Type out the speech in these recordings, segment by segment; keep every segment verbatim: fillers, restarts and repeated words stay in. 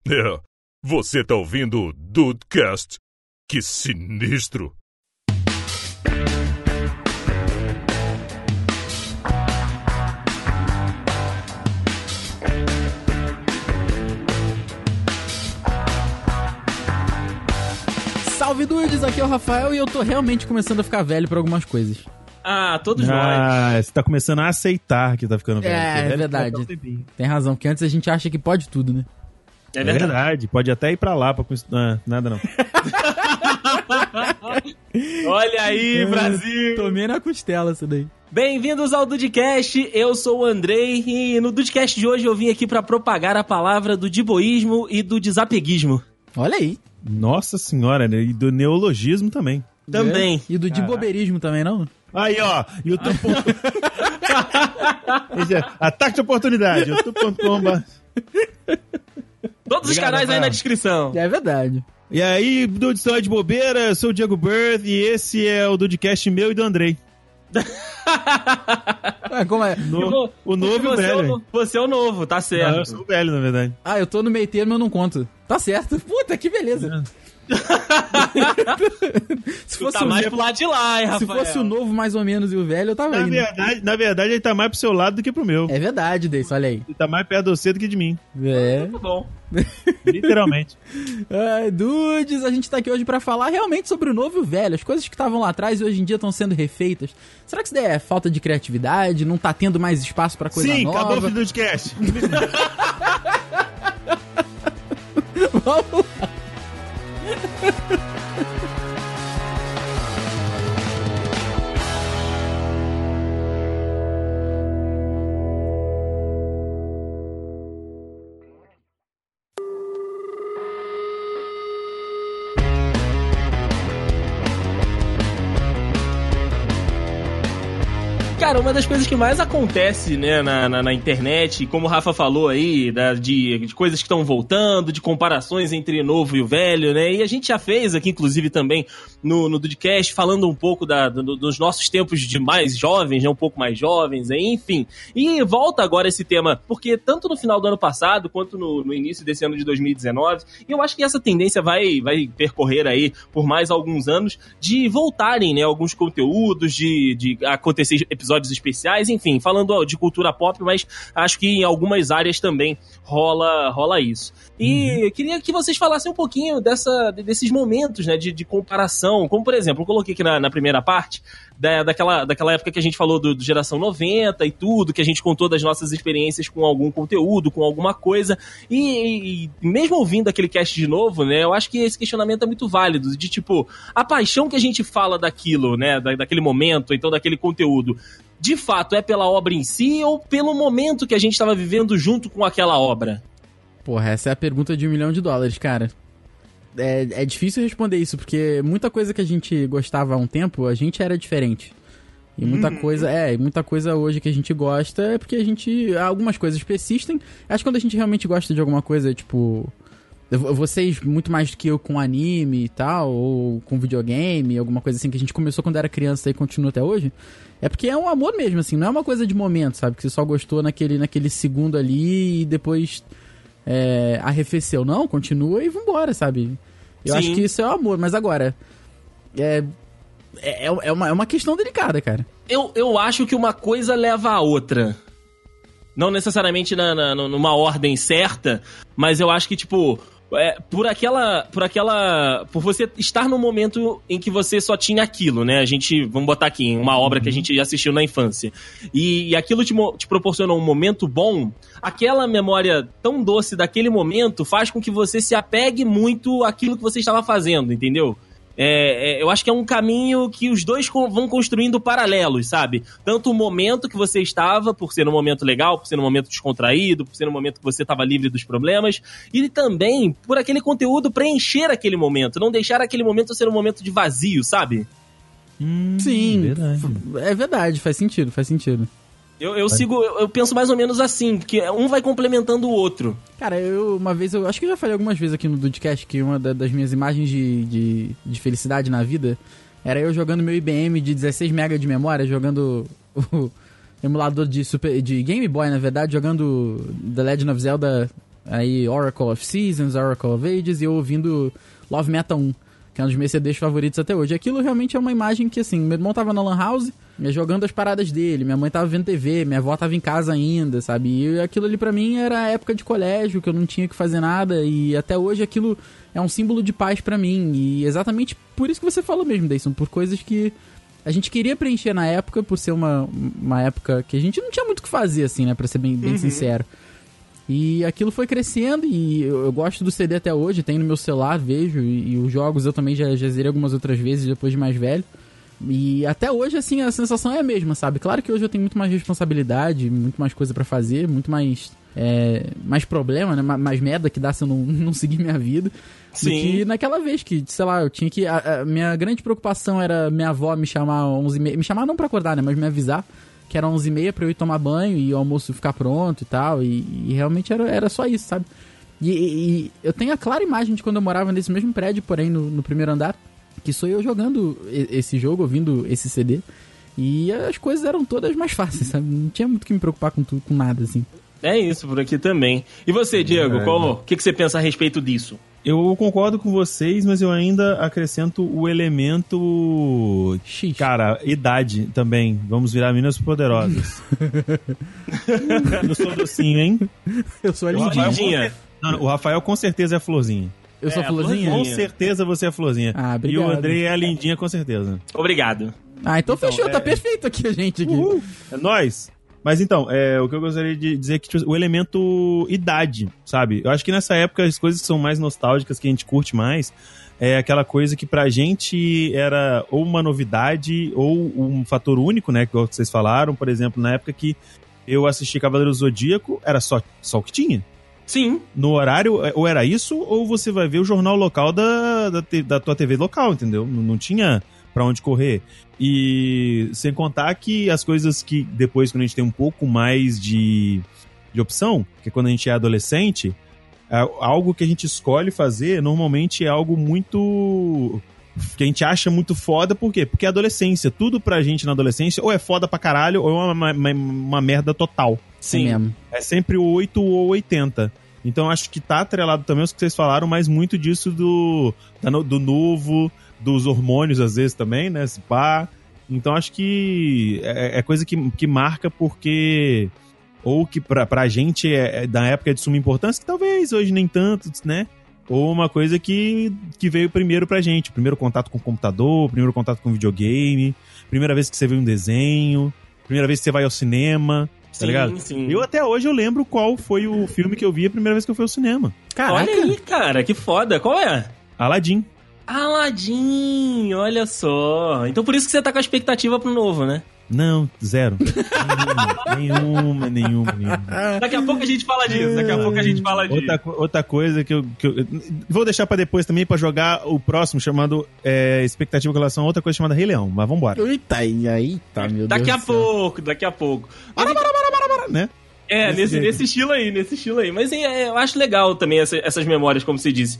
É, você tá ouvindo o Dudecast? Que sinistro! Salve dudes, aqui é o Rafael e eu tô realmente começando a ficar velho pra algumas coisas. Ah, todos ah, nós. Ah, você tá começando a aceitar que tá ficando velho. É, velho é verdade. Tem razão, porque antes a gente acha que pode tudo, né? É É verdade. verdade, pode até ir pra lá pra... Ah, nada não. Olha aí, Brasil! Tomei na costela isso daí. Bem-vindos ao Dudecast, eu sou o Andrei e no Dudecast de hoje eu vim aqui pra propagar a palavra do diboísmo e do desapeguismo. Olha aí. Nossa senhora, né? E do neologismo também. Também. É. E do diboberismo também, não? Aí, ó, YouTube. Esse é ataque de oportunidade, youtube ponto com barra Todos os Obrigado, canais aí Rafael. na descrição. É verdade. E aí, Dude Só de Bobeira, eu sou o Diego Birth e esse é o Dudecast meu e do Andrei. Ah, como é? No- vou- o novo e o você, é o, velho. no- você é o novo, tá Não, certo. eu sou o velho, na verdade. Ah, eu tô no meio termo, eu não conto. Tá certo. Puta, que beleza. Se Tu fosse, tá o, mais pro lado de lá, hein, se Rafael? fosse o novo mais ou menos e o velho, eu tava Na indo. verdade, na verdade, ele tá mais pro seu lado do que pro meu. É verdade, Deis, olha aí. Ele tá mais perto de você do que de mim. É. Tá bom. Literalmente. Ai, dudes, a gente tá aqui hoje pra falar realmente sobre o novo e o velho, as coisas que estavam lá atrás e hoje em dia estão sendo refeitas. Será que isso daí é falta de criatividade? Não tá tendo mais espaço pra coisa Sim, nova? acabou o fim do Dudecast. Vamos lá. Cara, uma das coisas que mais acontece, né, na, na, na internet, como o Rafa falou aí, da, de, de coisas que estão voltando, de comparações entre o novo e o velho, né, e a gente já fez aqui, inclusive, também no, no Dudecast, falando um pouco da, do, dos nossos tempos de mais jovens, né, um pouco mais jovens, aí, enfim. E volta agora esse tema, porque tanto no final do ano passado, quanto no, no início desse ano de dois mil e dezenove, e eu acho que essa tendência vai, vai percorrer aí por mais alguns anos, de voltarem, né, alguns conteúdos, de, de acontecer episódios especiais, enfim, falando de cultura pop, mas acho que em algumas áreas também rola, rola isso. E Uhum. eu queria que vocês falassem um pouquinho dessa, desses momentos, né, de, de comparação, como por exemplo, eu coloquei aqui na, na primeira parte, da, daquela, daquela época que a gente falou do, do Geração noventa e tudo, que a gente contou das nossas experiências com algum conteúdo, com alguma coisa, e, e mesmo ouvindo aquele cast de novo, né, eu acho que esse questionamento é muito válido, de tipo, a paixão que a gente fala daquilo, né, da, daquele momento, então daquele conteúdo, de fato é pela obra em si ou pelo momento que a gente estava vivendo junto com aquela obra? Porra, essa é a pergunta de um milhão de dólares, cara. É, é difícil responder isso, porque muita coisa que a gente gostava há um tempo, a gente era diferente. E muita Uhum. coisa, é, e muita coisa hoje que a gente gosta é porque a gente, algumas coisas persistem. Acho que quando a gente realmente gosta de alguma coisa, tipo, vocês muito mais do que eu com anime e tal, ou com videogame, alguma coisa assim que a gente começou quando era criança e continua até hoje, é porque é um amor mesmo, assim, não é uma coisa de momento, sabe? Que você só gostou naquele, naquele segundo ali e depois é, arrefeceu. Não, continua e vambora, sabe? Eu Sim. acho que isso é o amor, mas agora, é, é, é, uma, é uma questão delicada, cara. Eu, eu acho que uma coisa leva a outra. Não necessariamente na, na, numa ordem certa, mas eu acho que, tipo, é, por aquela. Por aquela. Por você estar num momento em que você só tinha aquilo, né? A gente. Vamos botar aqui, uma obra que a gente assistiu na infância. E, e aquilo te, mo- te proporcionou um momento bom. Aquela memória tão doce daquele momento faz com que você se apegue muito àquilo que você estava fazendo, entendeu? É, é, eu acho que é um caminho que os dois co- vão construindo paralelos, sabe? Tanto o momento que você estava, por ser um momento legal, por ser um momento descontraído, por ser um momento que você estava livre dos problemas, e também por aquele conteúdo preencher aquele momento, não deixar aquele momento ser um momento de vazio, sabe? Hum, Sim, verdade. é verdade, faz sentido, faz sentido. Eu, eu sigo, eu, eu penso mais ou menos assim, que um vai complementando o outro. Cara, eu uma vez, eu acho que eu já falei algumas vezes aqui no Dudecast que uma da- das minhas imagens de, de, de felicidade na vida era eu jogando meu I B M de dezesseis megabytes de memória, jogando o emulador de, Super, de Game Boy, na verdade, jogando The Legend of Zelda aí Oracle of Seasons, Oracle of Ages, e eu ouvindo Love Meta um, que é um dos meus C Ds favoritos até hoje. Aquilo realmente é uma imagem que, assim, meu irmão tava na Lan House, jogando as paradas dele, minha mãe tava vendo T V, minha avó tava em casa ainda, sabe? E aquilo ali pra mim era a época de colégio, que eu não tinha que fazer nada, e até hoje aquilo é um símbolo de paz pra mim. E exatamente por isso que você falou mesmo, Deison, por coisas que a gente queria preencher na época, por ser uma, uma época que a gente não tinha muito o que fazer, assim, né? Pra ser bem, bem uhum. sincero. E aquilo foi crescendo, e eu, eu gosto do C D até hoje, tem no meu celular, vejo, e, e os jogos eu também já, já zerei algumas outras vezes depois de mais velho. E até hoje, assim, a sensação é a mesma, sabe? Claro que hoje eu tenho muito mais responsabilidade, muito mais coisa pra fazer, muito mais, é, mais problema, né? Mais merda que dá se eu não, não seguir minha vida. Sim. Do que naquela vez que, sei lá, eu tinha que... A, a minha grande preocupação era minha avó me chamar às onze e meia... Me chamar não pra acordar, né? Mas me avisar que era onze e meia pra eu ir tomar banho e o almoço ficar pronto e tal. E, e realmente era, era só isso, sabe? E, e eu tenho a clara imagem de quando eu morava nesse mesmo prédio, porém no, no primeiro andar, que sou eu jogando esse jogo, ouvindo esse C D. E as coisas eram todas mais fáceis, sabe? Não tinha muito que me preocupar com tudo, com nada, assim. É isso, por aqui também. E você, Diego, é, o que, que você pensa a respeito disso? Eu concordo com vocês, mas eu ainda acrescento o elemento... X. Cara, idade também. Vamos virar Minas Poderosas. Eu sou docinho, hein? Eu sou a lindinha. Não, o Rafael com certeza é a florzinha. Eu sou é, a florzinha? Com certeza você é a florzinha. Ah, obrigado. E o André é a lindinha, com certeza. Obrigado. Ah, então, então fechou. É... Tá perfeito aqui a gente. Aqui. Uhul. É nóis. Mas então, é, o que eu gostaria de dizer é que tipo, o elemento idade, sabe? Eu acho que nessa época as coisas que são mais nostálgicas, que a gente curte mais, é aquela coisa que pra gente era ou uma novidade ou um fator único, né? Que vocês falaram, por exemplo, na época que eu assisti Cavaleiro do Zodíaco, era só, só o que tinha. Sim. No horário, ou era isso, ou você vai ver o jornal local da, da, da tua T V local, entendeu? Não, não tinha pra onde correr. E sem contar que as coisas que depois, quando a gente tem um pouco mais de, de opção, que é quando a gente é adolescente, é algo que a gente escolhe fazer normalmente é algo muito... que a gente acha muito foda, por quê? Porque é adolescência. Tudo pra gente na adolescência ou é foda pra caralho ou é uma, uma, uma merda total. Sim. É, mesmo. É sempre o oito ou oitenta. Então acho que tá atrelado também aos que vocês falaram, mas muito disso do, do novo, dos hormônios às vezes também, né? Esse pá. Então acho que é, é coisa que, que marca porque... ou que pra, pra gente é, é da época de suma importância, que talvez hoje nem tanto, né? Ou uma coisa que, que veio primeiro pra gente. Primeiro contato com o computador, primeiro contato com o videogame, primeira vez que você vê um desenho, primeira vez que você vai ao cinema, tá sim, ligado? Sim. Eu até hoje eu lembro qual foi o filme que eu vi a primeira vez que eu fui ao cinema. Caraca. Olha aí, cara, que foda. Qual é? Aladdin. Aladdin, olha só. Então por isso que você tá com a expectativa pro novo, né? Não, zero. nenhuma, nenhuma, nenhuma, nenhuma. Daqui a pouco a gente fala disso, daqui a pouco a gente fala disso. Outra, outra coisa que eu, que eu... Vou deixar pra depois também, pra jogar o próximo, chamado é, expectativa com relação a outra coisa chamada Rei Leão, mas vambora. Eita, eita, meu daqui Deus a pouco, daqui a pouco. Para, para, para, para, para, né? É, nesse, nesse, nesse estilo aí, nesse estilo aí. Mas é, eu acho legal também essa, essas memórias, como você disse.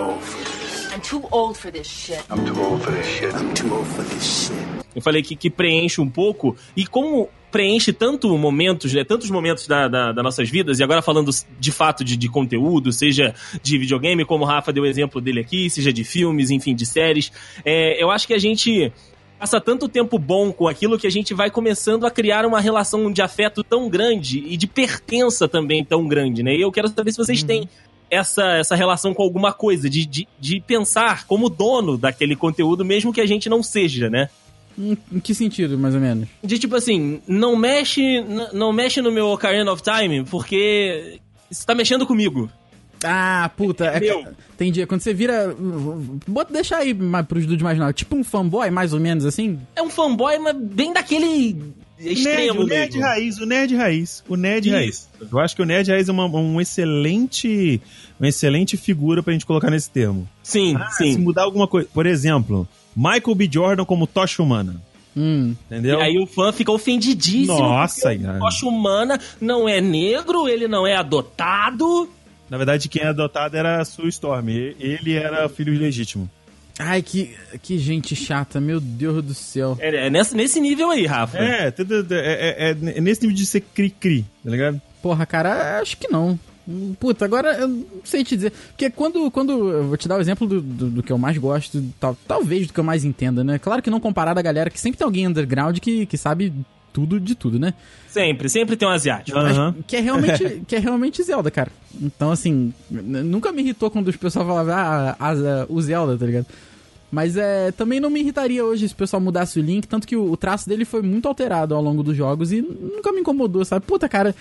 I'm too old for this shit. I'm too old for this shit. I'm too old for this shit. Eu falei que, que preenche um pouco, e como preenche tanto momentos, né, tantos momentos da, da, das nossas vidas, e agora falando de fato de, de conteúdo, seja de videogame, como o Rafa deu o exemplo dele aqui, seja de filmes, enfim, de séries, é, eu acho que a gente passa tanto tempo bom com aquilo que a gente vai começando a criar uma relação de afeto tão grande e de pertença também tão grande, né? E eu quero saber se vocês uhum. têm essa, essa relação com alguma coisa, de, de, de pensar como dono daquele conteúdo, mesmo que a gente não seja, né? Em que sentido, mais ou menos? De tipo assim, não mexe, n- não mexe no meu Ocarina of Time, porque isso tá mexendo comigo. Ah, puta. É, é, entendi. Quando você vira... Bota, deixa aí pros dudes mais novos. Tipo um fanboy, mais ou menos, assim? É um fanboy, mas bem daquele extremo. Nerd, o nerd mesmo. raiz, o nerd raiz. O nerd Isso. raiz. Eu acho que o nerd raiz é uma, um excelente, uma excelente figura pra gente colocar nesse termo. Sim, ah, sim. Se mudar alguma coisa... Por exemplo... Michael B. Jordan como Tocha Humana. Hum. Entendeu? E aí o fã fica ofendidíssimo. Nossa, o Tocha Humana não é negro, ele não é adotado. Na verdade, quem é adotado era a Sue Storm. Ele era filho legítimo. Ai, que, que gente chata, meu Deus do céu. É, é nesse, nesse nível aí, Rafa. É, tudo, é, é, é nesse nível de ser cri-cri, tá ligado? Porra, cara, acho que não. Puta, agora eu não sei te dizer. Porque quando. quando eu vou te dar o exemplo do, do, do que eu mais gosto, tal, talvez do que eu mais entenda, né? Claro que não comparado à galera, que sempre tem alguém underground que, que sabe tudo de tudo, né? Sempre, sempre tem um asiático. Uhum. Mas que é realmente, que é realmente Zelda, cara. Então, assim, n- nunca me irritou quando os pessoal falavam, ah, a, a, o Zelda, tá ligado? Mas é, também não me irritaria hoje se o pessoal mudasse o Link, tanto que o, o traço dele foi muito alterado ao longo dos jogos e nunca me incomodou, sabe? Puta, cara,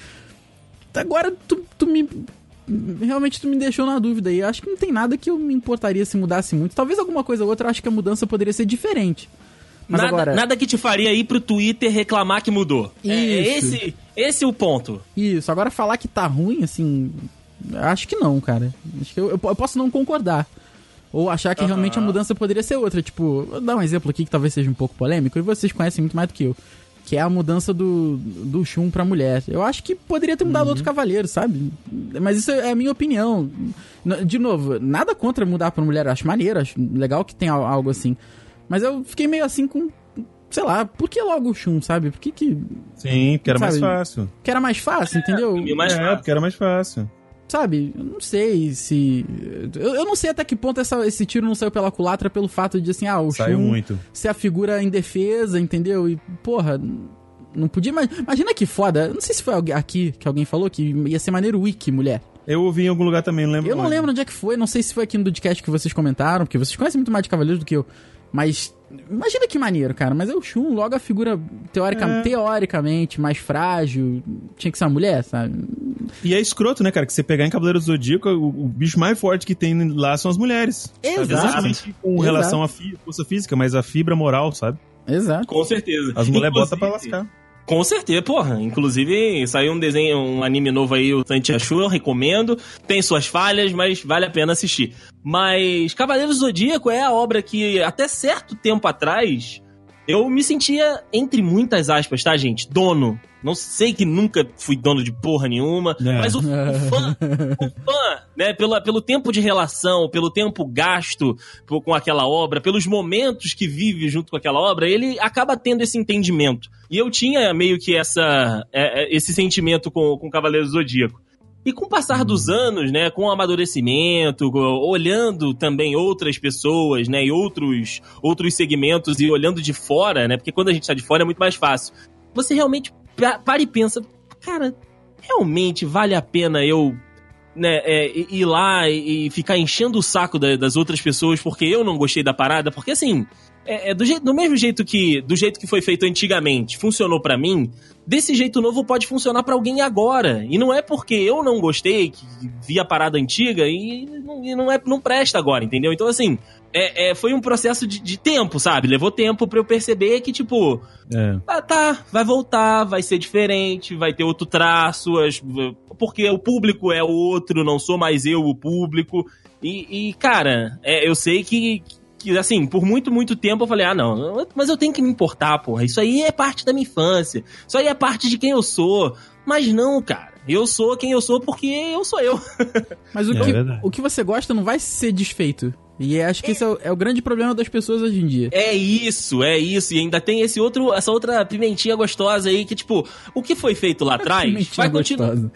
agora tu, tu me... Realmente tu me deixou na dúvida aí. Acho que não tem nada que eu me importaria se mudasse muito. Talvez alguma coisa ou outra, eu acho que a mudança poderia ser diferente. Mas Nada, agora... nada que te faria ir pro Twitter reclamar que mudou. É, é Isso. esse, esse é o ponto. Isso, agora falar que tá ruim, assim... Acho que não, cara. Acho que eu, eu, eu posso não concordar. Ou achar que Uhum. realmente a mudança poderia ser outra. Tipo, vou dar um exemplo aqui que talvez seja um pouco polêmico, e vocês conhecem muito mais do que eu. Que é a mudança do, do Shun pra mulher. Eu acho que poderia ter mudado Uhum. outro cavaleiro, sabe? Mas isso é a minha opinião. N- De novo, nada contra mudar pra mulher. Eu acho maneiro, acho legal que tenha algo assim. Mas eu fiquei meio assim com... Sei lá, por que logo o Shun, sabe? Por que que... Sim, porque era mais Sabe? fácil. Que era mais fácil, entendeu? E mais é, fácil. porque era mais fácil. Sabe, eu não sei se... Eu, eu não sei até que ponto essa, esse tiro não saiu pela culatra pelo fato de, assim, ah, o Saiu Shun muito. ser a figura indefesa, entendeu? E, porra, não podia... Mas, imagina que foda, não sei se foi alguém aqui que alguém falou que ia ser maneiro wiki, mulher. Eu ouvi em algum lugar também, não lembro Eu não onde. lembro onde é que foi, não sei se foi aqui no podcast que vocês comentaram, porque vocês conhecem muito mais de Cavaleiros do que eu. Mas, imagina que maneiro, cara. Mas é o Shun, logo a figura teorica, É. teoricamente mais frágil, tinha que ser uma mulher, sabe? E é escroto, né, cara? Que você pegar em Cavaleiro do Zodíaco, o, o bicho mais forte que tem lá são as mulheres. Exato. Sabe? Exatamente com Exato. relação à fi- força física, mas a fibra moral, sabe? Exato. Com certeza. As mulheres Inclusive- botam pra lascar. Com certeza, porra. Inclusive, saiu um desenho, um anime novo aí, o Santiago, eu recomendo. Tem suas falhas, mas vale a pena assistir. Mas Cavaleiros do Zodíaco é a obra que, até certo tempo atrás, eu me sentia, entre muitas aspas, tá, gente? Dono. Não sei que nunca fui dono de porra nenhuma, É. mas o, o fã, o fã, né, pelo, pelo tempo de relação, pelo tempo gasto por- com aquela obra, pelos momentos que vive junto com aquela obra, ele acaba tendo esse entendimento. E eu tinha meio que essa, é, é, esse sentimento com, com Cavaleiros do Zodíaco. E com o passar dos anos, né, com o amadurecimento, com- olhando também outras pessoas, né, e outros, outros segmentos e olhando de fora, né, porque quando a gente tá de fora é muito mais fácil. Você realmente pa- para e pensa, cara, realmente vale a pena eu, né, é, ir lá e e ficar enchendo o saco da- das outras pessoas porque eu não gostei da parada? Porque assim, é, é do, jeito, do mesmo jeito que do jeito que foi feito antigamente funcionou pra mim, desse jeito novo pode funcionar pra alguém agora. E não é porque eu não gostei, que vi a parada antiga e não, e não, é, não presta agora, entendeu? Então assim, é, é, foi um processo de, de tempo, sabe? Levou tempo pra eu perceber que, tipo, É. ah, tá, vai voltar, vai ser diferente, vai ter outro traço, as- porque o público é o outro, não sou mais eu o público. E, e, cara, é, eu sei que, que, assim, por muito, muito tempo eu falei, ah, não, mas eu tenho que me importar, porra, isso aí é parte da minha infância, isso aí é parte de quem eu sou. Mas não, cara, eu sou quem eu sou porque eu sou eu. Mas o, É que, verdade. o que você gosta não vai ser desfeito. E acho que esse é o, é o grande problema das pessoas hoje em dia. É isso, é isso. E ainda tem esse outro, essa outra pimentinha gostosa aí que, tipo, o que foi feito lá atrás Pimentinha vai continuar. gostosa.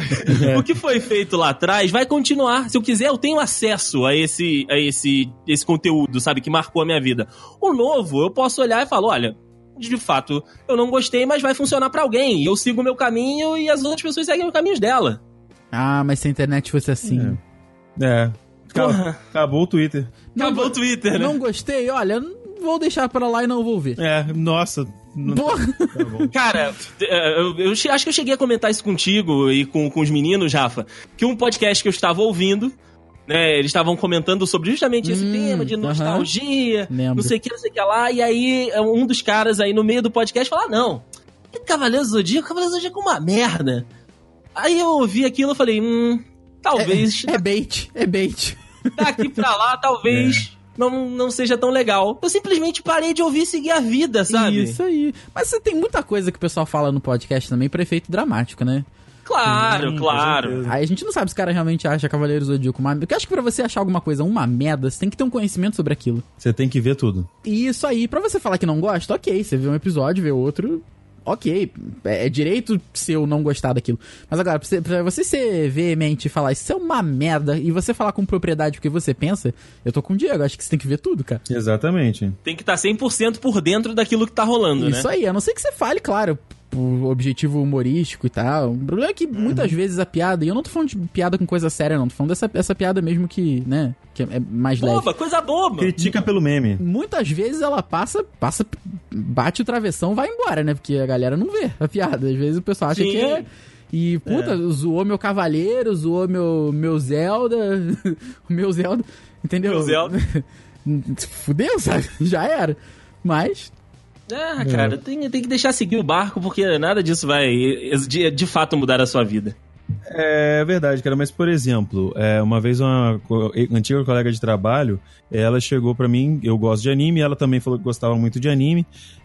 O que foi feito lá atrás vai continuar. Se eu quiser, eu tenho acesso a esse, a esse, esse conteúdo, sabe, que marcou a minha vida. O novo, eu posso olhar e falar, olha, de fato, eu não gostei, mas vai funcionar pra alguém. E eu sigo o meu caminho e as outras pessoas seguem os caminhos dela. Ah, mas se a internet fosse assim... É. Acabou, Porra. acabou o Twitter. Não Acabou go- o Twitter, né? Não gostei, olha, vou deixar pra lá e não vou ver. É, nossa. Não, Porra! tá bom. Cara, eu, eu che- acho que eu cheguei a comentar isso contigo e com, com os meninos, Rafa, que um podcast que eu estava ouvindo, né, eles estavam comentando sobre justamente esse Hum, tema de aham. nostalgia, Lembro. não sei o que, não sei o que lá, e aí um dos caras aí no meio do podcast falou, ah, não, Cavaleiros do Zodíaco, Cavaleiros do Zodíaco é uma merda. Aí eu ouvi aquilo e falei, hum, talvez É, é bait, é bait. daqui pra lá, talvez... Não, não seja tão legal. Eu simplesmente parei de ouvir e seguir a vida, sabe? Isso aí. Mas você tem muita coisa que o pessoal fala no podcast também pra efeito dramático, né? Claro, Sim, claro. com certeza. Aí a gente não sabe se o cara realmente acha Cavaleiros do Zodíaco uma... Porque eu acho que pra você achar alguma coisa uma merda, você tem que ter um conhecimento sobre aquilo. Você tem que ver tudo. E isso aí, pra você falar que não gosta, ok, você vê um episódio, vê outro, ok, é, é direito seu não gostar daquilo. Mas agora, pra você, pra você ser veemente e falar isso é uma merda, e você falar com propriedade o que você pensa, eu tô com o Diego, acho que você tem que ver tudo, cara. Exatamente. Tem que estar cem por cento por dentro daquilo que tá rolando, né? Isso aí, a não ser que você fale, claro, por objetivo humorístico e tal. O problema é que muitas vezes a piada, e eu não tô falando de piada com coisa séria, não, tô falando dessa essa piada mesmo que, né, que é mais leve. Boba, coisa boba. Critica pelo meme. Muitas vezes ela passa, passa, bate o travessão, vai embora, né? Porque a galera não vê a piada. Às vezes o pessoal acha Sim. que é... E, puta, É. zoou meu cavaleiro, zoou meu, meu Zelda, o meu Zelda, entendeu? Meu Zelda. Fudeu, sabe? Já era. Mas... Ah, cara, tem, tem que deixar seguir o barco, porque nada disso vai, de, de fato, mudar a sua vida. É verdade, cara, mas por exemplo, é, uma vez uma co- antiga colega de trabalho, ela chegou pra mim, eu gosto de anime, ela também falou que gostava muito de anime,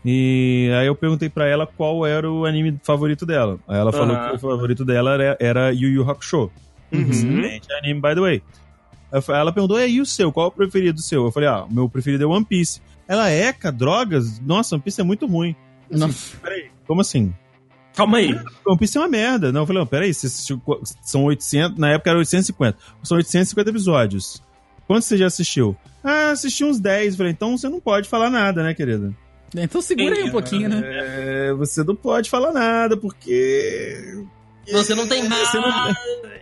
e aí eu perguntei pra ela qual era o anime favorito dela. Aí ela falou Ah. que o favorito dela era, era Yu Yu Hakusho. Uhum. Excelente anime, by the way. Aí ela perguntou, e aí o seu? Qual é o preferido seu? Eu falei, ah, o meu preferido é One Piece. Ela, eca, drogas? Nossa, One Piece é muito ruim. Nossa. Peraí, como assim? Calma aí. One Piece é uma merda. Não, eu falei, não, peraí, você assistiu, são oitocentos, na época era oitocentos e cinquenta. São oitocentos e cinquenta episódios. Quantos você já assistiu? Ah, assisti uns dez. Eu falei, então você não pode falar nada, né, querida? Então segura aí um pouquinho, né? É, você não pode falar nada, porque... Você não tem Você não- nada.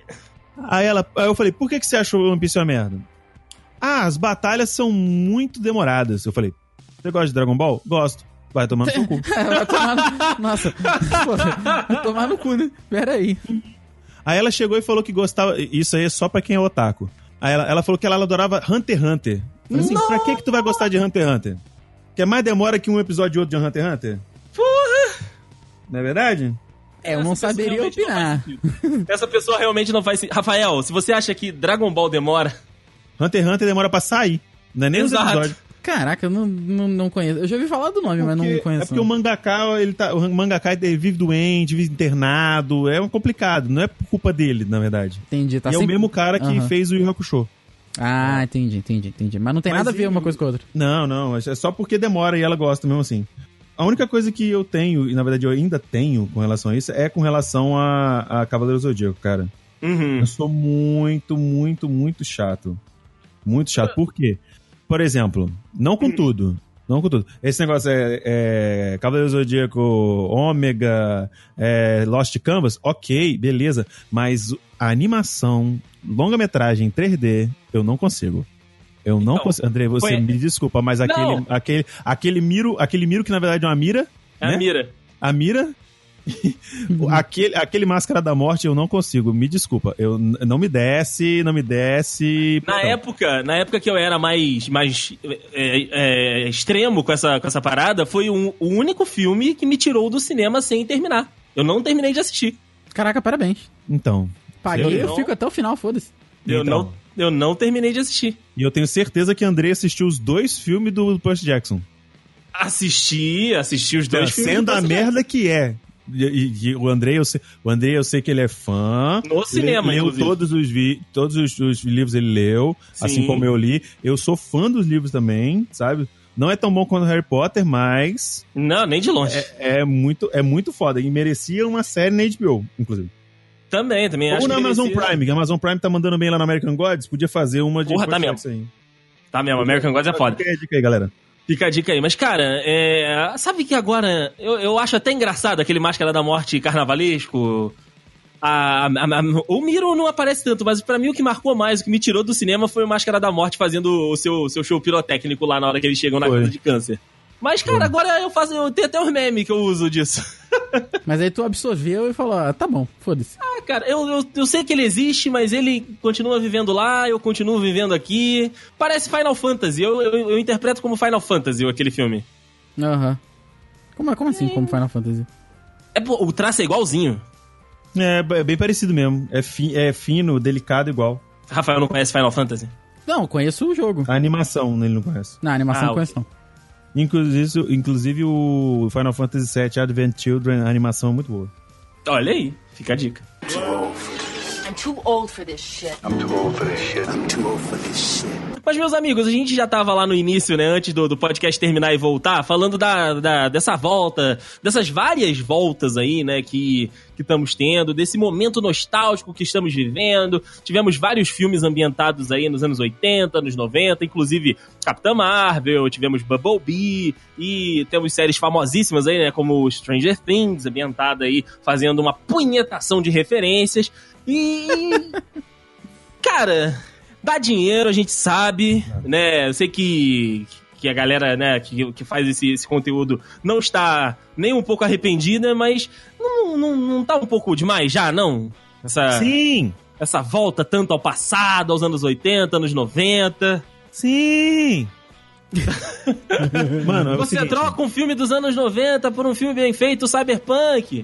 Aí, ela, aí eu falei, por que, que você achou One Piece uma merda? Ah, as batalhas são muito demoradas. Eu falei, você gosta de Dragon Ball? Gosto. Vai tomar no seu cu. Vai tomar no... Nossa, porra, vai tomar no cu, né? Pera aí. Aí ela chegou e falou que gostava... Isso aí é só pra quem é otaku. Aí ela, ela falou que ela adorava Hunter x Hunter. Eu falei assim, pra que que tu vai gostar de Hunter x Hunter? Que é mais demora que um episódio e outro de Hunter x Hunter? Porra! Não é verdade? É, eu não Essa pessoa saberia realmente não opinar. faz sentido. Essa pessoa realmente não faz sentido. Rafael, se você acha que Dragon Ball demora... Hunter x Hunter demora pra sair. Não é nem os Exato. episódios. Caraca, eu não, não, não conheço. Eu já ouvi falar do nome, mas não Porque- conheço. é porque o mangaka, ele tá, o mangaka ele vive doente, vive internado. É um complicado. Não é por culpa dele, na verdade. Entendi, tá e é o sempre- mesmo cara que Aham. fez o Yu Yu Hakusho. Ah, entendi, entendi, entendi. Mas não tem Mas nada a ver e- uma coisa com a outra. Não, não. É só porque demora e ela gosta mesmo assim. A única coisa que eu tenho, e na verdade eu ainda tenho com relação a isso, é com relação a, a Cavaleiro Zodíaco, cara. Uhum. Eu sou muito, muito, muito chato. Muito chato. Por quê? Por exemplo, não com tudo. Não com tudo. Esse negócio é, é Cavaleiro Zodíaco, Ômega, é, Lost Canvas, ok, beleza. Mas a animação, longa-metragem em três D, eu não consigo. Eu não Então, consigo. André, você foi- me desculpa, mas aquele, Não. aquele, aquele miro, aquele miro que na verdade é uma mira, É a né? mira. A mira. aquele, aquele Máscara da Morte eu não consigo, me desculpa. Eu, n- não me desce, não me desce. Na perdão. época, na época que eu era mais, mais é, é, extremo com essa, com essa parada, foi um- o único filme que me tirou do cinema sem terminar. Eu não terminei de assistir. Caraca, parabéns. Então. Paguei, Eu eu não- fico até o final, foda-se. Eu, Então. não, eu não terminei de assistir. E eu tenho certeza que André assistiu os dois filmes do Percy Jackson. Assisti, assisti os dois filmes. Sendo do a Percy merda que é. E, e- e o André, eu sei, o André, eu sei que ele é fã. No cinema, leu inclusive. todos os vi, todos os, os livros ele leu, Sim. assim como eu li. Eu sou fã dos livros também, sabe? Não é tão bom quanto Harry Potter, mas Não, nem de longe. é muito, é muito foda. E merecia uma série na H B O, inclusive. Também, também acho Ou na que Amazon merecia. Prime, que a Amazon Prime tá mandando bem lá no American Gods, podia fazer uma de Porra, tá Percy mesmo. Jackson aí. Tá mesmo, American Gods é foda. Fica aí a dica aí, galera. Fica a dica aí. Mas, cara, é... sabe que agora eu, eu acho até engraçado aquele Máscara da Morte carnavalesco. A, a- a- o Miro não aparece tanto, mas pra mim o que marcou mais, o que me tirou do cinema foi o Máscara da Morte fazendo o seu, seu show pirotécnico lá na hora que eles chegam na Foi. casa de câncer. Mas, cara, agora eu faço. Eu tenho até uns memes que eu uso disso. Mas aí tu absorveu e falou, ah, tá bom, foda-se. Ah, cara, eu, eu, eu sei que ele existe, mas ele continua vivendo lá, eu continuo vivendo aqui. Parece Final Fantasy. Eu, eu, eu interpreto como Final Fantasy aquele filme. Aham. Como, como assim, como Final Fantasy? É, pô, o traço é igualzinho. É, é bem parecido mesmo. É, fi, é fino, delicado igual. Rafael não conhece Final Fantasy? Não, eu conheço o jogo. A animação ele não conhece. Na animação Ah, eu conheço não. Inclusive, inclusive o Final Fantasy sete Advent Children, a animação é muito boa. Olha aí, fica a dica. I'm too old for this shit. I'm too old for this shit. I'm too old for this shit. Mas, meus amigos, a gente já tava lá no início, né, antes do, do podcast terminar e voltar, falando da, da, dessa volta, dessas várias voltas aí, né, que que estamos tendo, desse momento nostálgico que estamos vivendo. Tivemos vários filmes ambientados aí nos anos oitenta, anos noventa, inclusive Capitã Marvel, tivemos Bumblebee, e temos séries famosíssimas aí, né, como Stranger Things, ambientada aí, fazendo uma punhetação de referências. E... cara, dá dinheiro, a gente sabe, né, eu sei que... que a galera, né, que, que faz esse, esse conteúdo não está nem um pouco arrependida, mas não, não, não tá um pouco demais já, não? Essa, Sim! Essa volta tanto ao passado, aos anos oitenta, anos noventa. Sim! Mano, é Você seguinte, troca um filme dos anos noventa por um filme bem feito, Cyberpunk.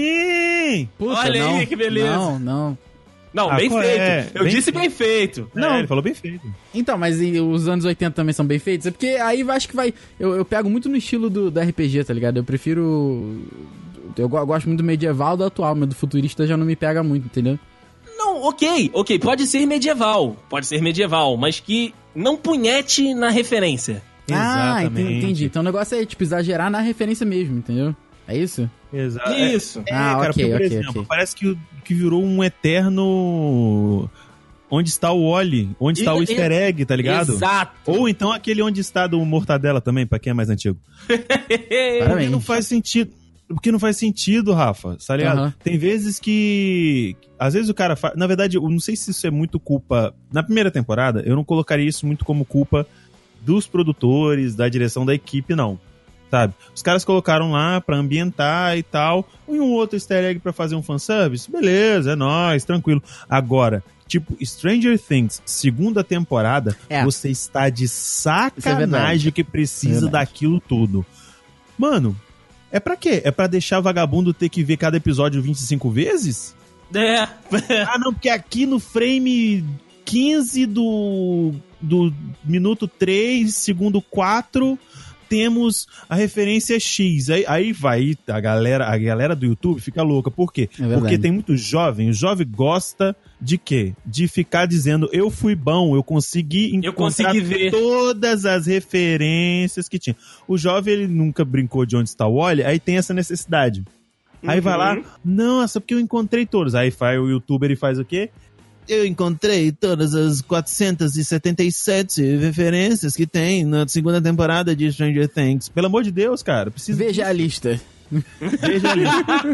Sim! Puta, Olha não, aí que beleza. Não, não. Não, Ah, bem qual feito. é? Eu Bem disse feito. bem feito. Não, Não. ele falou bem feito. Então, mas e os anos oitenta também são bem feitos? É porque aí eu acho que vai... Eu, eu pego muito no estilo do, do R P G, tá ligado? Eu prefiro... Eu go- gosto muito do medieval do atual, mas do futurista já não me pega muito, entendeu? Não, ok, ok, pode ser medieval, pode ser medieval, mas que não punhete na referência. Ah, Exatamente. entendi, entendi. Então o negócio é, tipo, exagerar na referência mesmo, entendeu? É isso? Exato. Isso. É, Ah, cara, ok, porque, por ok, exemplo, ok. parece que, o- que virou um eterno... Onde está o Wally? Onde está E- o easter egg, tá ligado? Exato. Ou então aquele onde está do Mortadela também, pra quem é mais antigo. Porque Parabéns. não faz sentido. Porque não faz sentido, Rafa, tá ligado? Aham. Tem vezes que... Às vezes o cara faz... Na verdade, eu não sei se isso é muito culpa... Na primeira temporada, eu não colocaria isso muito como culpa dos produtores, da direção da equipe, não. Sabe? Os caras colocaram lá pra ambientar e tal, e um outro easter egg pra fazer um fanservice, beleza, é nóis, tranquilo. Agora, tipo, Stranger Things, segunda temporada, É. você está de Isso é sacanagem verdade. que precisa Verdade. daquilo tudo. Mano, é pra quê? É pra deixar vagabundo ter que ver cada episódio vinte e cinco vezes? É. Ah, não, porque aqui no frame quinze do, do minuto três, segundo quatro, temos a referência X. Aí, aí vai, a galera, a galera do YouTube fica louca. Por quê? É verdade. Porque tem muito jovem. O jovem gosta de quê? De ficar dizendo, eu fui bom, eu consegui Eu encontrar consegui ver. todas as referências que tinha. O jovem, ele nunca brincou de onde está o Wally, aí tem essa necessidade. Aí vai lá, nossa, porque eu encontrei todos. Aí faz o youtuber e faz o quê? Eu encontrei todas as quatrocentas e setenta e sete referências que tem na segunda temporada de Stranger Things. Pelo amor de Deus, cara, precisa... Veja a lista. Veja ali.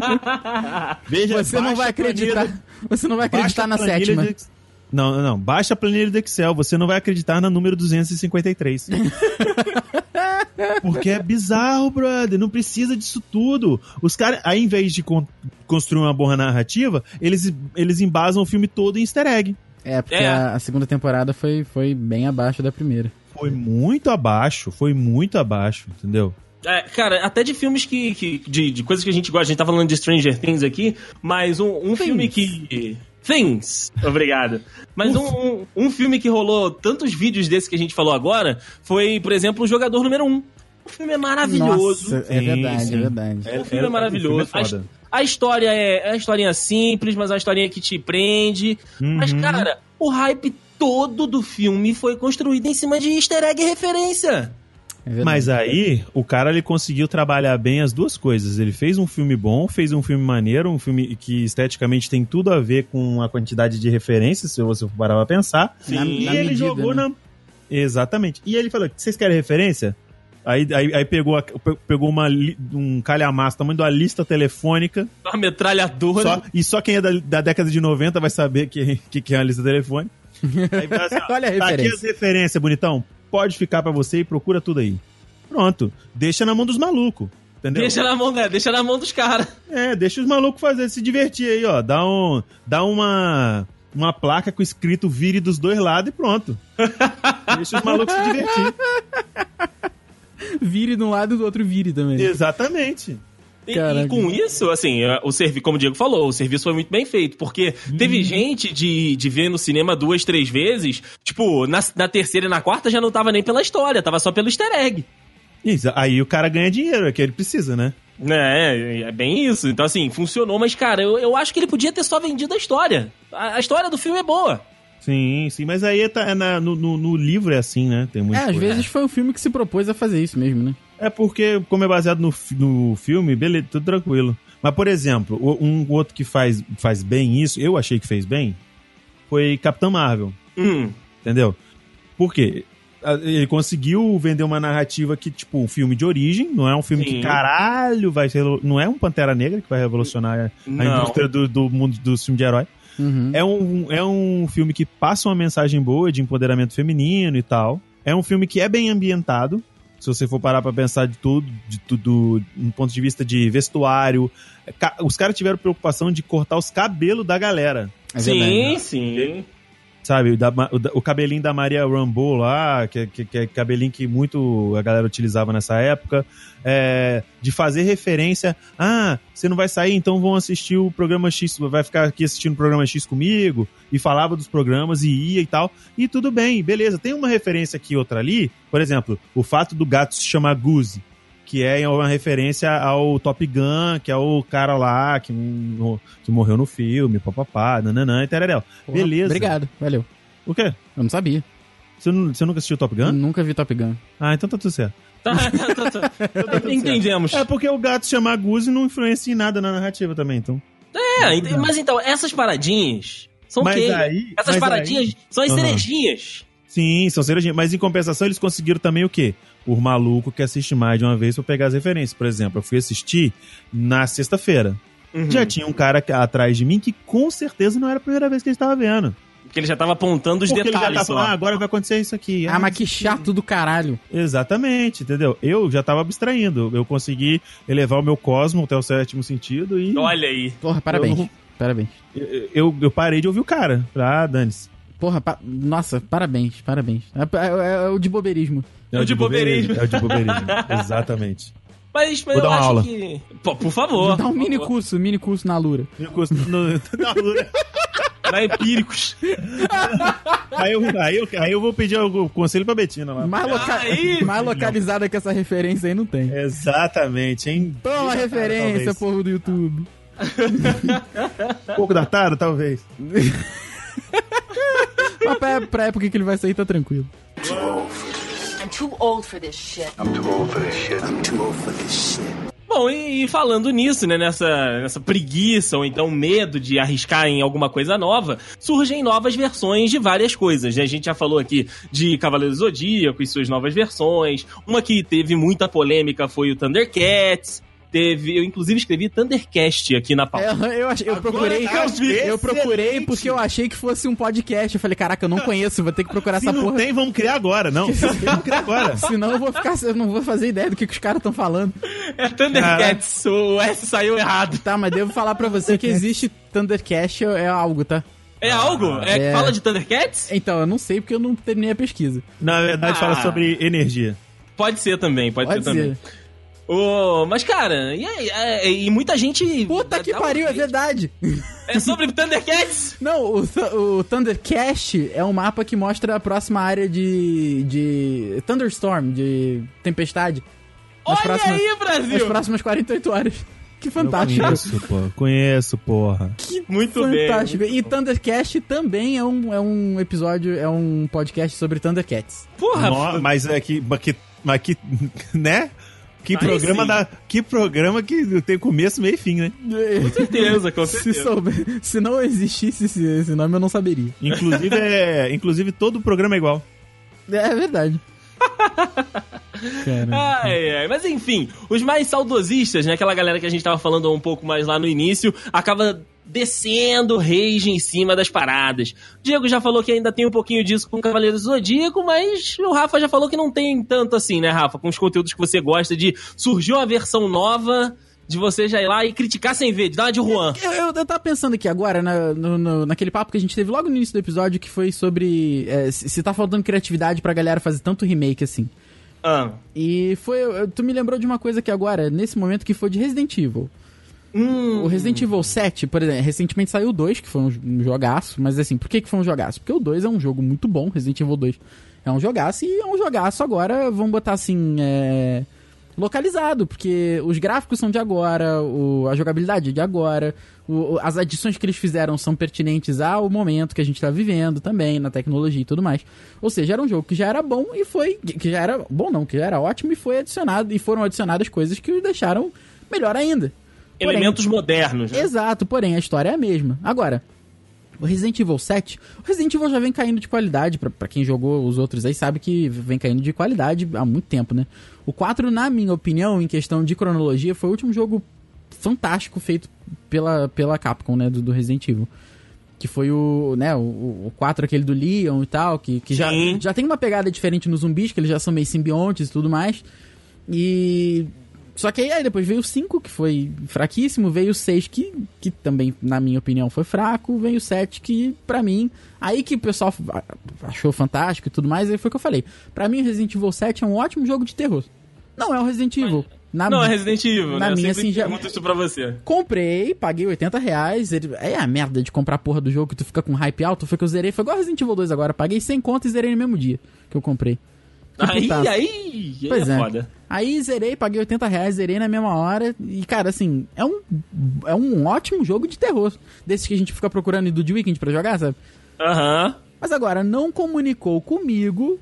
Veja, Você não baixa vai a planilha acreditar. Você não vai Baixa acreditar a na planilha sétima. de- Não, não, não. Baixa a planilha do Excel. Você não vai acreditar na número duzentos e cinquenta e três. Porque é bizarro, brother. Não precisa disso tudo. Os caras, aí, em vez de con- construir uma boa narrativa, eles, eles embasam o filme todo em easter egg. É, porque É. A, a segunda temporada foi, foi bem abaixo da primeira. Foi muito abaixo. Foi muito abaixo, entendeu? É, cara, até de filmes que. que de, de coisas que a gente gosta. A gente tá falando de Stranger Things aqui, mas um, um filme que. Things, obrigado. Mas um, um, um filme que rolou tantos vídeos desse que a gente falou agora foi, por exemplo, o Jogador Número um. O filme é maravilhoso. Nossa, é Sim, verdade, sim. é verdade. O filme é maravilhoso. O filme é foda. A, a história é, é uma historinha simples, mas é uma historinha que te prende. Mas, Uhum. cara, o hype todo do filme foi construído em cima de easter egg e referência. É verdade. Mas aí, o cara ele conseguiu trabalhar bem as duas coisas. Ele fez um filme bom, fez um filme maneiro, um filme que esteticamente tem tudo a ver com a quantidade de referências, se você for parar pra pensar. Sim. Na- E na ele medida, jogou né? na... Exatamente. E ele falou, vocês querem referência? Aí, aí, aí pegou, a- pe- pegou uma, li- um calhamaço, tamanho de uma lista telefônica. Uma metralhadora. Só, e só quem é da, da década de noventa vai saber que, que, que é uma lista telefônica. Aí fala assim, ó, Olha a tá aqui referência. as referências, bonitão. Pode ficar pra você e procura tudo aí. Pronto. Deixa na mão dos malucos. Entendeu? Deixa na mão, né? Deixa na mão dos caras. É, deixa os malucos fazer, se divertir aí, ó. Dá, um, dá uma, uma placa com escrito vire dos dois lados e pronto. Deixa os malucos se divertir. Vire de um lado e do outro vire também. Exatamente. E, Caraca. e com isso, assim, o serviço, como o Diego falou, o serviço foi muito bem feito, porque teve gente de, de ver no cinema duas, três vezes, tipo, na, na terceira e na quarta já não tava nem pela história, tava só pelo easter egg. Isso, aí o cara ganha dinheiro, é que ele precisa, né? É, é bem isso. Então, assim, funcionou, mas, cara, eu, eu acho que ele podia ter só vendido a história. A, a história do filme é boa. Sim, sim, mas aí tá, é na, no, no, no livro é assim, né? Tem muita É, às coisa. vezes foi um filme que se propôs a fazer isso mesmo, né? É porque, como é baseado no, no filme, beleza, tudo tranquilo. Mas, por exemplo, um outro que faz, faz bem isso, eu achei que fez bem, foi Capitã Marvel. Hum. Entendeu? Por quê? Ele conseguiu vender uma narrativa que, tipo, um filme de origem, não é um filme Sim. que, caralho, vai ser. Não é um Pantera Negra que vai revolucionar a Não. indústria do, do mundo do filme de herói. Uhum. É um, é um filme que passa uma mensagem boa de empoderamento feminino e tal. É um filme que é bem ambientado. Se você for parar pra pensar de tudo, de tudo, um ponto de vista de vestuário. Ca- Os caras tiveram preocupação de cortar os cabelos da galera. É sim, verdade. sim. Sabe, o, da, o, da- o cabelinho da Maria Rambeau lá, que, que, que é cabelinho que muito a galera utilizava nessa época, é, de fazer referência, ah, você não vai sair, então vão assistir o programa X, vai ficar aqui assistindo o programa X comigo, e falava dos programas e ia e tal, e tudo bem, beleza, tem uma referência aqui e outra ali, por exemplo, o fato do gato se chamar Goose, que é uma referência ao Top Gun, que é o cara lá que, que morreu no filme, papapá, nananã e tereréu. Porra, Beleza. Obrigado, valeu. O quê? Eu não sabia. Você, não, você nunca assistiu Top Gun? Nunca vi Top Gun. Ah, então tá tudo certo. Tá, tá, tá, tá. Entendemos. É porque o gato chamar Goose não influencia em nada na narrativa também, então. É, ent- mas então, essas paradinhas são o Mas quê? aí- Essas mas paradinhas aí- são as Aham. cerejinhas. Sim, são cerejinhas. Mas em compensação eles conseguiram também o quê? O maluco que assiste mais de uma vez pra pegar as referências. Por exemplo, eu fui assistir na sexta-feira. Uhum. Já tinha um cara que- atrás de mim que com certeza não era a primeira vez que ele estava vendo. Porque ele já tava apontando os Porque ele já detalhes tava só. falando, ah, agora vai acontecer isso aqui. Ah, mas que isso aqui. chato do caralho. Exatamente, entendeu? Eu já tava abstraindo. Eu consegui elevar o meu cosmo até o sétimo sentido e Olha aí. Porra, parabéns. Eu- Parabéns. eu, eu, eu parei de ouvir o cara. Ah, dane-se. Porra, pa- nossa, parabéns, parabéns. É, é- é o de bobeirismo. É o de bobeirismo. É o de bobeirismo, exatamente. Mas, mas Vou eu dar uma acho aula. que... Pô, por favor. Dá um por mini favor. curso, mini curso na Lura. Eu gosto no- na Lura. Na Empíricos. Aí eu, aí, eu, aí eu vou pedir o conselho pra Betina lá. Mais, loca- Aí, mais localizada que essa referência aí não tem. Exatamente, hein? Toma a Deixa a cara, referência, talvez. povo do YouTube. Um pouco datado, talvez. Mas pra, pra época que ele vai sair, tá tranquilo. I'm too old for this shit. Bom, e, e falando nisso, né, nessa, nessa preguiça ou então medo de arriscar em alguma coisa nova, surgem novas versões de várias coisas, né? A gente já falou aqui de Cavaleiros do Zodíaco e suas novas versões. Uma que teve muita polêmica foi o Thundercats. Teve, eu inclusive escrevi Thundercast aqui na pauta. É, eu, achei, eu procurei, eu vi. eu procurei Excelente. porque porque eu achei que fosse um podcast. Eu falei, caraca, eu não conheço, vou ter que procurar Se essa não porra. tem, vamos criar agora. Não, vamos criar agora. Senão eu vou ficar, eu não vou fazer ideia do que, que os caras estão falando. É Thundercats, o S saiu errado. Tá, mas devo falar pra você que existe Thundercast é algo, tá? É algo? É, É. que fala de Thundercats? Então, eu não sei porque eu não terminei a pesquisa. Na verdade, Ah. fala sobre energia. Pode ser também, pode, Pode ser também. ser. Ô, mas cara, e, aí, é, e muita gente... Puta que dá um pariu, é jeito. verdade. É sobre Thundercats? Não, o, Th- o Thundercast é um mapa que mostra a próxima área de. de. Thunderstorm, de tempestade. Nas Olha próximas- aí, Nas Brasil! próximas quarenta e oito horas. Que fantástico. Conheço, pô. Conheço, porra. Que Muito bem, fantástico. muito E Thundercast também é um, é um episódio, é um podcast sobre Thundercats. Porra, No- mas é que, mas que, mas que, né? Que Aí programa sim. da, que programa que tem começo, meio e fim, né? com certeza, com Se, certeza. souber, se não existisse esse, esse nome, eu não saberia. Inclusive, é, inclusive todo programa é igual. É verdade. Cara. Ai, ai. Mas enfim, os mais saudosistas, né? Aquela galera que a gente tava falando um pouco mais lá no início, acaba descendo rage em cima das paradas. O Diego já falou que ainda tem um pouquinho disso com Cavaleiros do Zodíaco, mas o Rafa já falou que não tem tanto assim, né, Rafa? Com os conteúdos que você gosta de surgiu uma versão nova, de você já ir lá e criticar sem ver, de dar uma de Juan. Eu, eu, eu tava pensando aqui agora, na, no, no- naquele papo que a gente teve logo no início do episódio, que foi sobre é, se, se tá faltando criatividade pra galera fazer tanto remake assim. Ah. E foi. eu- Tu me lembrou de uma coisa aqui agora, nesse momento, que foi de Resident Evil. Hum. O Resident Evil sete, por exemplo, recentemente saiu o dois, que foi um, um jogaço, mas assim, por que, que foi um jogaço? Porque o dois é um jogo muito bom, Resident Evil dois é um jogaço, e é um jogaço agora, vamos botar assim, é... localizado, porque os gráficos são de agora, o, a jogabilidade é de agora, o, as adições que eles fizeram são pertinentes ao momento que a gente tá vivendo também, na tecnologia e tudo mais. Ou seja, era um jogo que já era bom e foi... que já era bom não, que já era ótimo e foi adicionado, e foram adicionadas coisas que o deixaram melhor ainda. Porém, elementos modernos, né? Exato, porém a história é a mesma. Agora, o Resident Evil sete, o Resident Evil já vem caindo de qualidade, pra, pra quem jogou os outros aí sabe que vem caindo de qualidade há muito tempo, né? O quatro, na minha opinião, em questão de cronologia, foi o último jogo fantástico feito pela, pela Capcom, né, do, do Resident Evil. Que foi o, né, o, o quatro, aquele do Leon e tal, que, que já, já tem uma pegada diferente nos zumbis, que eles já são meio simbiontes e tudo mais. E... Só que aí, aí depois veio o cinco, que foi fraquíssimo, veio o seis, que, que também, na minha opinião, foi fraco, veio o sete, que, pra mim, aí que o pessoal achou fantástico e tudo mais, aí foi o que eu falei. Pra mim, o Resident Evil sete é um ótimo jogo de terror. Não é um Resident Evil. Na não, é Resident Evil, na né? minha, eu sempre assim, já... pergunto isso pra você. Comprei, paguei oitenta reais, ele... é a merda de comprar a porra do jogo que tu fica com hype alto, foi que eu zerei, foi igual Resident Evil dois agora, paguei cem conto e zerei no mesmo dia que eu comprei. Aí, aí, aí, pois é, é foda. Aí zerei, paguei oitenta reais, zerei na mesma hora. E, cara, assim, é um, é um ótimo jogo de terror. Desses que a gente fica procurando do The Weeknd pra jogar, sabe? Aham. Uhum. Mas agora, não comunicou comigo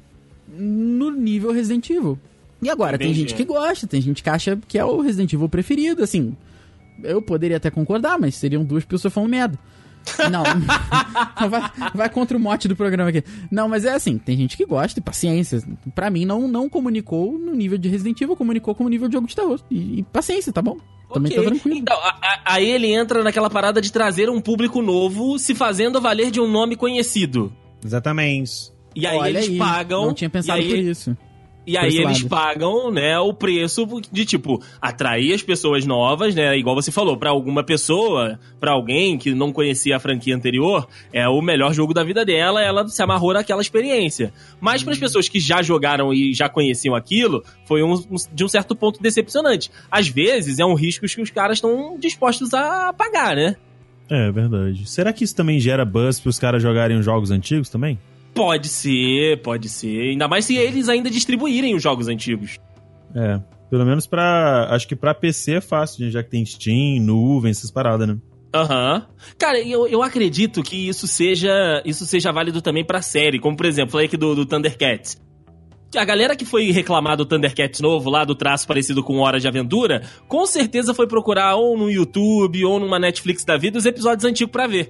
no nível Resident Evil. E agora, Entendi. Tem gente que gosta, tem gente que acha que é o Resident Evil preferido. Assim, eu poderia até concordar, mas seriam duas pessoas falando merda. Não, vai, vai contra o mote do programa aqui. Não, mas é assim, tem gente que gosta, e paciência. Pra mim, não, não comunicou no nível de Resident Evil, comunicou como nível de jogo de terror. E, e paciência, tá bom? Também okay. Tá tranquilo. Então, a, a, aí ele entra naquela parada de trazer um público novo, se fazendo valer de um nome conhecido. Exatamente. E aí Olha eles aí, pagam... Não tinha pensado aí, por isso. E aí eles lado. pagam, né, o preço de, tipo, atrair as pessoas novas, né, igual você falou, pra alguma pessoa, pra alguém que não conhecia a franquia anterior, é o melhor jogo da vida dela, ela se amarrou naquela experiência. Mas hum. pras pessoas que já jogaram e já conheciam aquilo, foi um, um, de um certo ponto decepcionante. Às vezes é um risco que os caras estão dispostos a pagar, né? É, verdade. Será que isso também gera buzz pros caras jogarem os jogos antigos também? Pode ser, pode ser. Ainda mais se eles ainda distribuírem os jogos antigos. É, pelo menos pra... Acho que pra P C é fácil, já que tem Steam, nuvem, essas paradas, né? Aham. Uhum. Cara, eu, eu acredito que isso seja, isso seja válido também pra série. Como, por exemplo, falei aqui do, do Thundercats. A galera que foi reclamar do Thundercats novo, lá do traço parecido com Hora de Aventura, com certeza foi procurar ou no YouTube ou numa Netflix da vida os episódios antigos pra ver.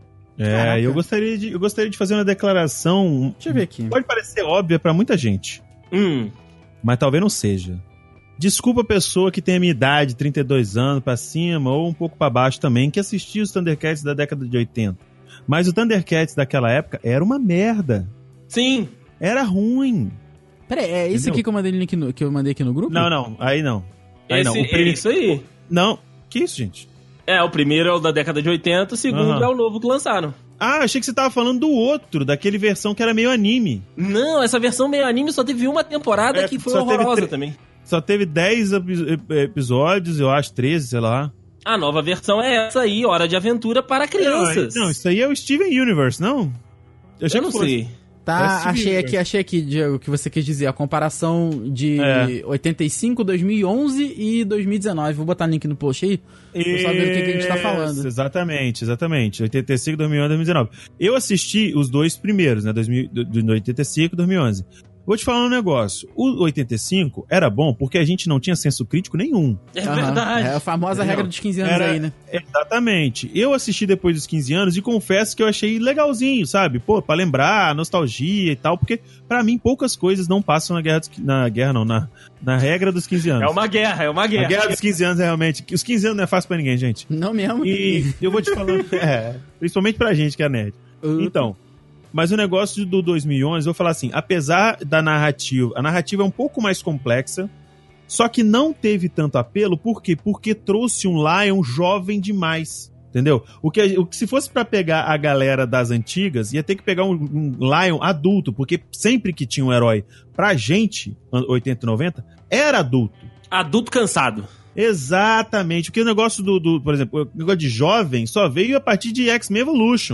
É, Caraca. eu gostaria, de, eu gostaria de fazer uma declaração... Deixa eu ver aqui. Pode parecer óbvia pra muita gente. Hum. Mas talvez não seja. Desculpa a pessoa que tem a minha idade, trinta e dois anos pra cima, ou um pouco pra baixo também, que assistiu os Thundercats da década de oitenta. Mas o Thundercats daquela época era uma merda. Sim. Era ruim. Peraí, é isso Entendeu? aqui que eu, mandei aqui no, que eu mandei aqui no grupo? Não, não. Aí não. Aí Esse, não. O primeiro... É isso aí. Não. Que isso, gente? É, o primeiro é o da década de oitenta, o segundo uhum. é o novo que lançaram. Ah, achei que você tava falando do outro, daquele versão que era meio anime. Não, essa versão meio anime só teve uma temporada é, que foi horrorosa tre... também. Só teve dez episódios, eu acho, treze, sei lá. A nova versão é essa aí, Hora de Aventura para crianças. Não, isso aí é o Steven Universe, não? Eu, achei eu não que fosse. sei. Tá, é achei aqui, achei aqui, Diego, o que você quis dizer. A comparação de é. oitenta e cinco, dois mil e onze e dois mil e dezenove. Vou botar o link no post aí, pra saber o que, que a gente tá falando. Exatamente, exatamente. oitenta e cinco, dois mil e onze, dois mil e dezenove. Eu assisti os dois primeiros, né? dois mil, de oitenta e cinco e dois mil e onze. Vou te falar um negócio. O oitenta e cinco era bom porque a gente não tinha senso crítico nenhum. É verdade. Uhum. É a famosa regra dos quinze anos era, aí, né? Exatamente. Eu assisti depois dos quinze anos e confesso que eu achei legalzinho, sabe? Pô, pra lembrar, nostalgia e tal, porque pra mim poucas coisas não passam na guerra, dos, na guerra não, na, na regra dos quinze anos. É uma guerra, é uma guerra. A guerra dos quinze anos, realmente. Os quinze anos não é fácil pra ninguém, gente. Não mesmo. E eu vou te falando, é, principalmente pra gente que é nerd. Uh. Então... Mas o negócio do dois mil e onze, eu vou falar assim, apesar da narrativa, a narrativa é um pouco mais complexa, só que não teve tanto apelo, por quê? Porque trouxe um Lion jovem demais, entendeu? O que, o que se fosse pra pegar a galera das antigas, ia ter que pegar um, um Lion adulto, porque sempre que tinha um herói pra gente, oitenta e noventa, era adulto. Adulto cansado. Exatamente, porque o negócio do, do por exemplo, o negócio de jovem só veio a partir de X-Men Evolution.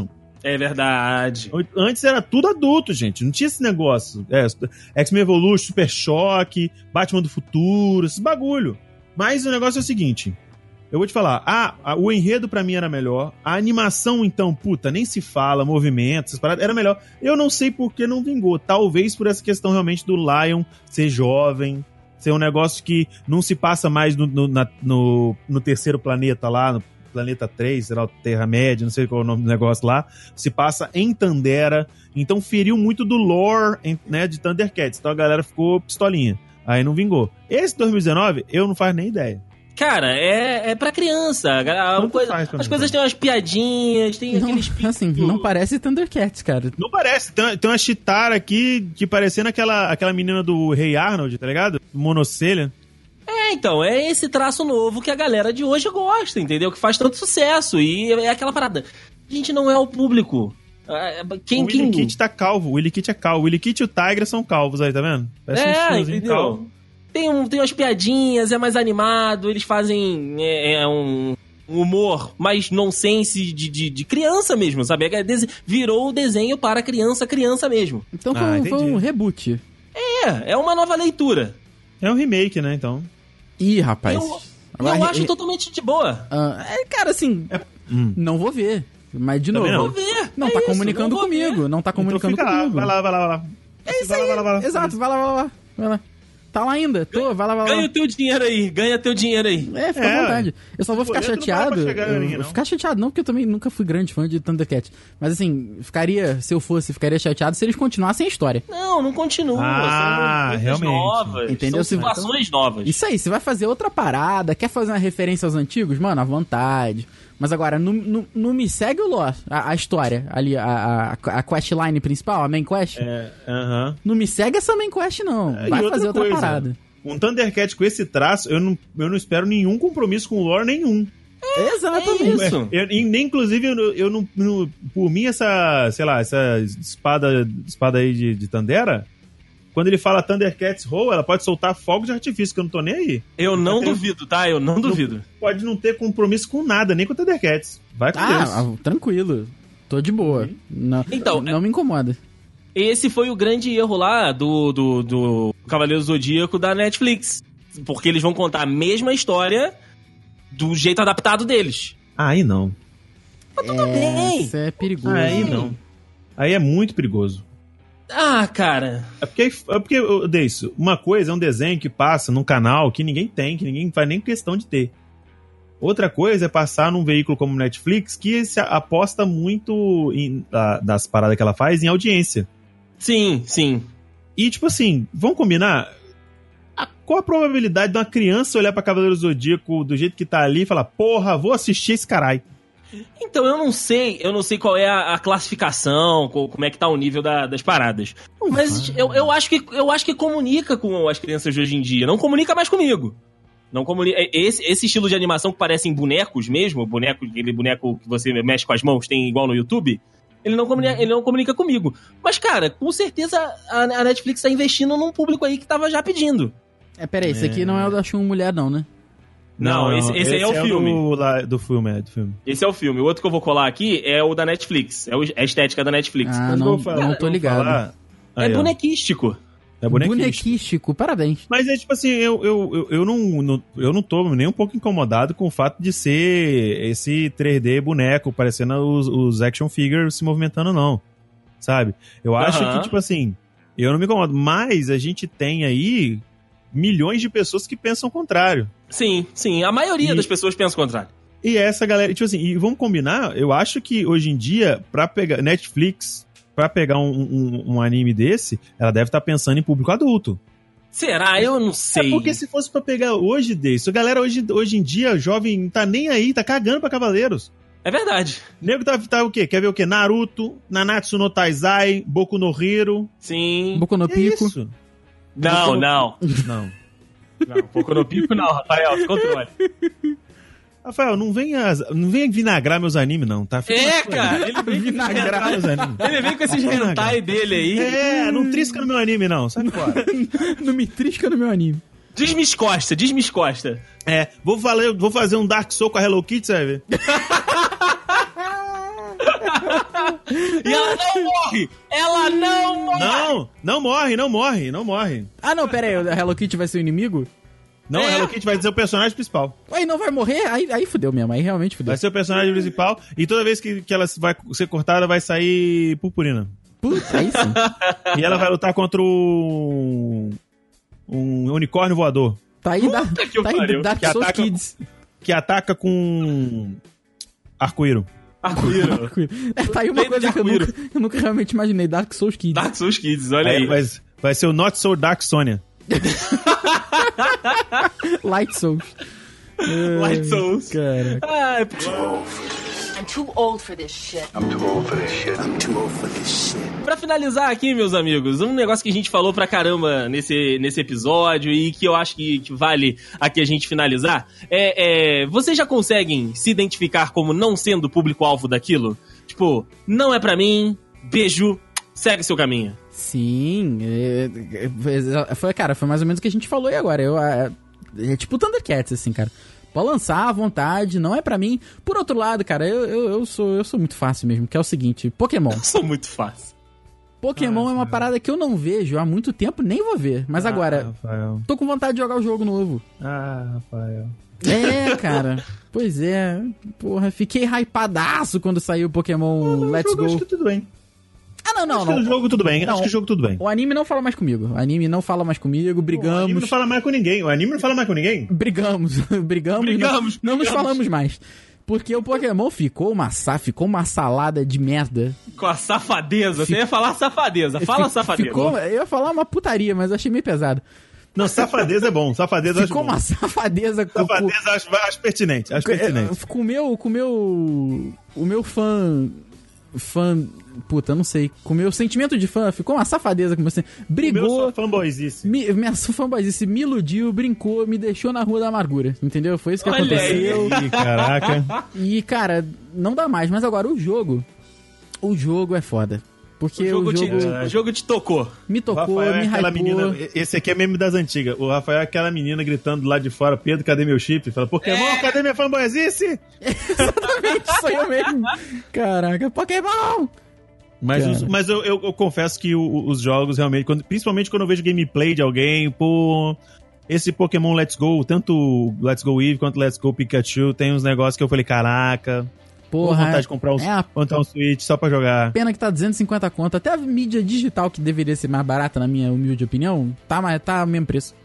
É verdade. Antes era tudo adulto, gente. Não tinha esse negócio. É, X-Men Evolution, Super Choque, Batman do Futuro, esses bagulho. Mas o negócio é o seguinte. Eu vou te falar. Ah, a, o enredo pra mim era melhor. A animação, então, puta, nem se fala. Movimentos, essas paradas, era melhor. Eu não sei por que não vingou. Talvez por essa questão realmente do Lion ser jovem. Ser um negócio que não se passa mais no, no, na, no, no terceiro planeta lá, no Planeta três, será o Terra-média, não sei qual é o nome do negócio lá, se passa em Tandera, então feriu muito do lore, né, de Thundercats, então a galera ficou pistolinha, aí não vingou. Esse dois mil e dezenove, eu não faço nem ideia. Cara, é, é pra criança. A coisa, faz as coisas têm umas piadinhas, tem não, aqueles... assim, não parece Thundercats, cara. Não parece, tem, tem uma Chitara aqui, que parecendo aquela, aquela menina do Rei Arnold, tá ligado? Monocelha. É, então, é esse traço novo que a galera de hoje gosta, entendeu? Que faz tanto sucesso. E é aquela parada. A gente não é o público. Quem, o Willy quem... Kit tá calvo, o Willy Kit é calvo. O Willy Kit e o Tiger são calvos aí, tá vendo? Parece é, um entendeu? calvo. Tem, um, tem umas piadinhas, é mais animado, eles fazem é, é um humor mais nonsense de, de, de criança mesmo, sabe? Virou o desenho para criança, criança mesmo. Então foi, Ah, um, foi um reboot. É, é uma nova leitura. É um remake, né, então... Ih, rapaz. Eu, Agora, eu acho re- totalmente de boa. Ah, é, cara, assim, Hum. não vou ver. Mas, de Também novo, não. Vou ver. não é tá isso, comunicando não vou comigo. ver. Não tá comunicando Então fica comigo. lá, vai lá, vai lá, vai lá. É isso Vai lá, aí. vai lá, vai lá. Exato, vai lá, vai lá, vai lá. Vai lá. Tá lá ainda. Tô, vai lá, vai lá. Ganha o teu dinheiro aí, ganha teu dinheiro aí. É, fica É, à vontade. Eu só vou ficar boleto não para chateado. pra chegar em eu, ninguém, não. ficar chateado não, porque eu também nunca fui grande fã de Thundercats. Mas assim, ficaria, se eu fosse, ficaria chateado se eles continuassem a história. Não, não continua. Ah, são coisas realmente. novas. Entendeu? São Se- situações novas. Isso aí, você vai fazer outra parada, quer fazer uma referência aos antigos? Mano, à vontade. Mas agora, não, não, não me segue o lore, a, a história ali, a, a, a questline principal, a main quest. É, aham. Não me segue essa main quest, não. É, Vai e outra fazer outra coisa, parada. Um Thundercat com esse traço, eu não, eu não espero nenhum compromisso com o lore nenhum. Exatamente. é isso. Eu, e nem, inclusive, eu, não- eu não, não- Por mim, essa, sei lá, essa espada, espada aí de, de Tandera, quando ele fala Thundercats Roll, ela pode soltar fogo de artifício, que eu não tô nem aí. Eu não Até- duvido, tá? Eu não duvido. Pode não ter compromisso com nada, nem com o Thundercats. Vai com Deus. Ah, ah, tranquilo. Tô de boa. Não, Então, não me incomoda. Esse foi o grande erro lá do, do, do Cavaleiro Zodíaco da Netflix. Porque eles vão contar a mesma história do jeito adaptado deles. Aí não. Mas tudo bem. Isso é perigoso. Aí não. Aí é muito perigoso. Ah, cara. É porque, é porque ô, Deis, uma coisa é um desenho que passa num canal que ninguém tem, que ninguém faz nem questão de ter. Outra coisa é passar num veículo como Netflix, que se aposta muito em, a, das paradas que ela faz em audiência. Sim, sim. E, tipo assim, vamos combinar? A, qual a probabilidade de uma criança olhar pra Cavaleiro Zodíaco do jeito que tá ali e falar, porra, vou assistir esse caralho? Então, eu não sei, eu não sei qual é a, a classificação, co- como é que tá o nível da- das paradas. Mas eu, eu, acho que, eu acho que comunica com as crianças de hoje em dia. Não comunica mais comigo. Não comunica. Esse, esse estilo de animação que parecem bonecos mesmo, boneco, aquele boneco que você mexe com as mãos, tem igual no YouTube, ele não comunica, ele não comunica comigo. Mas, cara, com certeza a, a Netflix tá investindo num público aí que tava já pedindo. É, peraí, esse aqui não é o da Shun Mulher, não, né? Não, esse- esse aí é o filme. Do, lá, do filme, é, do filme. Esse é o filme. O outro que eu vou colar aqui é o da Netflix. É o- é a estética da Netflix. Ah, Mas não, eu vou falar- não tô eu vou ligado. falar- é Aí, ó. bonequístico. É bonequístico. Bonequístico, parabéns. Mas é tipo assim, eu, eu, eu, eu, não, não, eu não tô nem um pouco incomodado com o fato de ser esse três D boneco, parecendo os, os action figures se movimentando, não. Sabe? Eu acho Aham. que, tipo assim, eu não me incomodo. Mas a gente tem aí milhões de pessoas que pensam o contrário. Sim, sim. A maioria E- das pessoas pensa o contrário. E essa galera, tipo assim, e vamos combinar, eu acho que hoje em dia, pra pegar Netflix, pra pegar um, um, um anime desse, ela deve estar pensando em público adulto. Será? Eu não sei. É porque se fosse pra pegar hoje desse, a galera hoje, hoje em dia, jovem, não tá nem aí, tá cagando pra Cavaleiros. É verdade. O nego tá, tá o quê? Quer ver o quê? Naruto, Nanatsu no Taizai, Boku no Hero. Sim. Boku no Que Pico. isso? Não, não. Não. Não, pouco no pico não, Rafael. Se controle. Rafael, não venha, não venha vinagrar meus animes, não, tá? Fica É, na sua. cara. Ele vem, Vinagrar meus animes. ele vem com esses hentai dele aí. É, não trisca no meu anime, não. Sai fora. Não me trisca no meu anime. Diz-me escosta, diz-me escosta. É, vou, falar, vou fazer um Dark Soul com a Hello Kitty, você vai ver. E ela não morre! Ela não morre! Não, não morre, não morre, não morre. Ah, não, pera aí, a Hello Kitty vai ser o inimigo? Não, É. a Hello Kitty vai ser o personagem principal. Aí não vai morrer? Aí, aí fudeu mesmo, aí realmente fudeu. Vai ser o personagem principal e toda vez que, que ela vai ser cortada vai sair purpurina. Puta, aí sim. E ela vai lutar contra um, um unicórnio voador Tá aí, da, que tá aí pariu. Dark Que Souls ataca- Kids. que ataca com arco-íro. Arco-íro. É, tá aí uma Peito coisa de que eu arco-íro. nunca, eu nunca realmente imaginei, Dark Souls Kids. Dark Souls Kids, olha Aí aí. vai, vai ser o Not So Dark Sonya. Light Souls. Light Souls. Cara. Ai, pô. I'm too old for this shit. I'm too old for this shit. I'm too old for this shit. Pra finalizar aqui, meus amigos, um negócio que a gente falou pra caramba nesse, nesse episódio e que eu acho que, que vale aqui a gente finalizar é, é... Vocês já conseguem se identificar como não sendo o público-alvo daquilo? Tipo, não é pra mim, beijo, segue seu caminho. Sim. É, é, foi, cara, foi mais ou menos o que a gente falou aí agora. Eu, é, é tipo Thundercats, assim, cara. Pode lançar à vontade, não é pra mim. Por outro lado, cara, eu, eu, eu, sou, eu sou muito fácil mesmo, que é o seguinte, Pokémon. Eu sou muito fácil. Pokémon Ah, é uma parada que eu não vejo há muito tempo, nem vou ver. Mas agora, Ah, Rafael. tô com vontade de jogar o jogo novo. Ah, Rafael. É, cara. Pois é. Porra, fiquei hypadaço quando saiu o Pokémon Let's jogo, Acho Go. que tudo bem. Ah, não, não, Acho que o não. jogo tudo bem. Não. Acho que o jogo tudo bem. O anime não fala mais comigo. O anime não fala mais comigo, O anime brigamos. não fala mais com ninguém. O anime não fala mais com ninguém. Brigamos, brigamos, Brigamos, não, não nos brigamos. falamos mais. Porque o Pokémon ficou uma, sa- ficou uma salada de merda. Com a safadeza. Fic- Você ia falar safadeza. Fala Fic- safadeza. Ficou, eu ia falar uma putaria, mas eu achei meio pesado. Não, safadeza é bom. Safadeza eu acho Ficou bom. uma safadeza com, com, Safadeza eu acho, acho pertinente. Acho pertinente. com o meu, com o meu, o meu fã, fã, puta, não sei, com o meu sentimento de fã, ficou uma safadeza com você. O meu Brigou, só fanboyzice. me, minha fanboyzice me iludiu, brincou, me deixou na rua da amargura, entendeu? Foi isso que Olha aconteceu. Ih, caraca. E, cara, não dá mais. Mas agora, o jogo, o jogo é foda. Porque O jogo, o jogo te, o jogo te tocou. me O tocou, Rafael me é aquela hypou. menina. Esse aqui é meme das antigas. O Rafael é aquela menina gritando lá de fora: Pedro, cadê meu chip? Fala: Pokémon, É. cadê minha fanboyzice? Exatamente, sou eu mesmo. Caraca, Pokémon! Mas, Cara. os- mas eu, eu- eu confesso que o- os jogos realmente, quando- principalmente quando eu vejo gameplay de alguém, pô. Esse Pokémon Let's Go, tanto o Let's Go Eevee quanto o Let's Go Pikachu, tem uns negócios que eu falei: caraca, tô com Porra, vontade de comprar um, é a montar um Switch só pra jogar. pena que tá duzentos e cinquenta conto. Até a mídia digital, que deveria ser mais barata, na minha humilde opinião, tá, mais- tá o mesmo preço.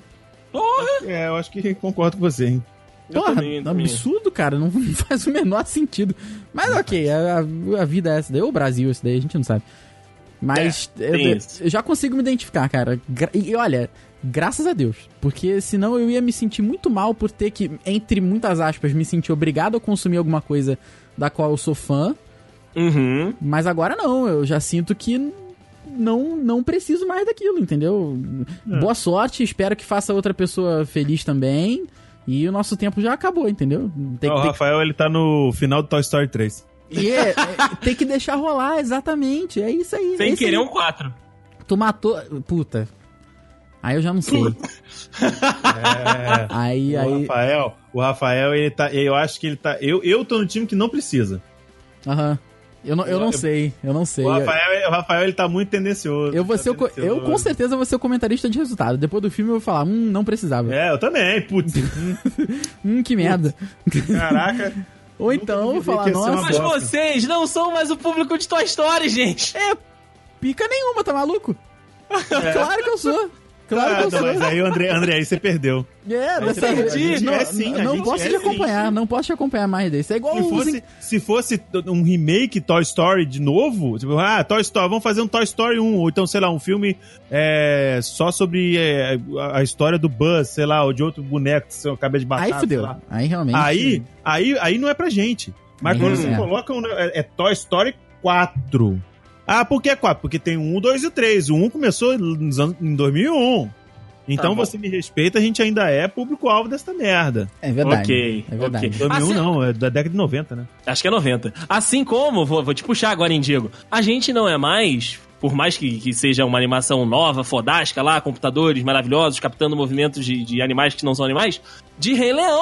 É, eu acho que concordo com você, hein? Eu Porra, também, eu também. absurdo, cara. Não faz o menor sentido. Mas ok, a, a vida é essa daí. Ou o Brasil, esse daí, a gente não sabe. Mas É, eu, tem eu- isso. eu já consigo me identificar, cara. Gra- E olha, graças a Deus. Porque senão eu ia me sentir muito mal por ter que, entre muitas aspas, me sentir obrigado a consumir alguma coisa da qual eu sou fã. Uhum. Mas agora não, eu já sinto que não, não preciso mais daquilo, entendeu? Boa sorte, espero que faça outra pessoa feliz também. E o nosso tempo já acabou, entendeu? Tem, Ó, o tem- Rafael, ele tá no final do Toy Story três. e é, é, tem que deixar rolar, exatamente. É isso aí. é Sem isso querer aí. um quatro. Tu matou. Puta. Aí eu já não sei. É. Aí, O aí. Rafael, o Rafael, ele tá. Eu acho que ele tá. Eu, eu tô no time que não precisa. Aham. Eu não, eu não Eu- sei, eu não sei. O Rafael, o Rafael ele tá muito tendencioso. Eu, vou Tá ser o co- eu tendencioso. com certeza vou ser o comentarista de resultado. Depois do filme eu vou falar, hum, não precisava. É, eu também, putz. Hum, que merda. Caraca. Ou então eu vou duvidei falar, que ia ser uma nossa, Mas bosta. vocês não são mais o público de Toy Story, gente. pica nenhuma, tá maluco? Claro que eu sou. Claro que Ah, eu não, sou. mas aí, o André, André, aí você perdeu. É, dessa você vez. perdi. Não, É sim, a não gente posso é te sim, acompanhar, sim. não posso te acompanhar mais desse. É igual Se os fosse, se fosse um remake Toy Story de novo, tipo, ah, Toy Story, vamos fazer um Toy Story um, ou então, sei lá, um filme é, só sobre é, a a história do Buzz, sei lá, ou de outro boneco que você acaba de bater. Aí fudeu. Aí realmente. Aí, aí, aí não é pra gente. Mas Aí quando não você é. coloca um, é, é Toy Story quatro. Ah, por que quatro? Porque tem o um, dois e o três. O um começou nos anos, em dois mil e um. Então Tá bom. você me respeita, a gente ainda é público-alvo dessa merda. É verdade. Ok, É verdade. ok. dois mil e um Assim- não, é da década de noventa, né? Acho que é noventa. Assim como, vou, vou te puxar agora, Indigo, a gente não é mais, por mais que, que seja uma animação nova, fodástica lá, computadores maravilhosos, captando movimentos de, de animais que não são animais, de Rei Leão.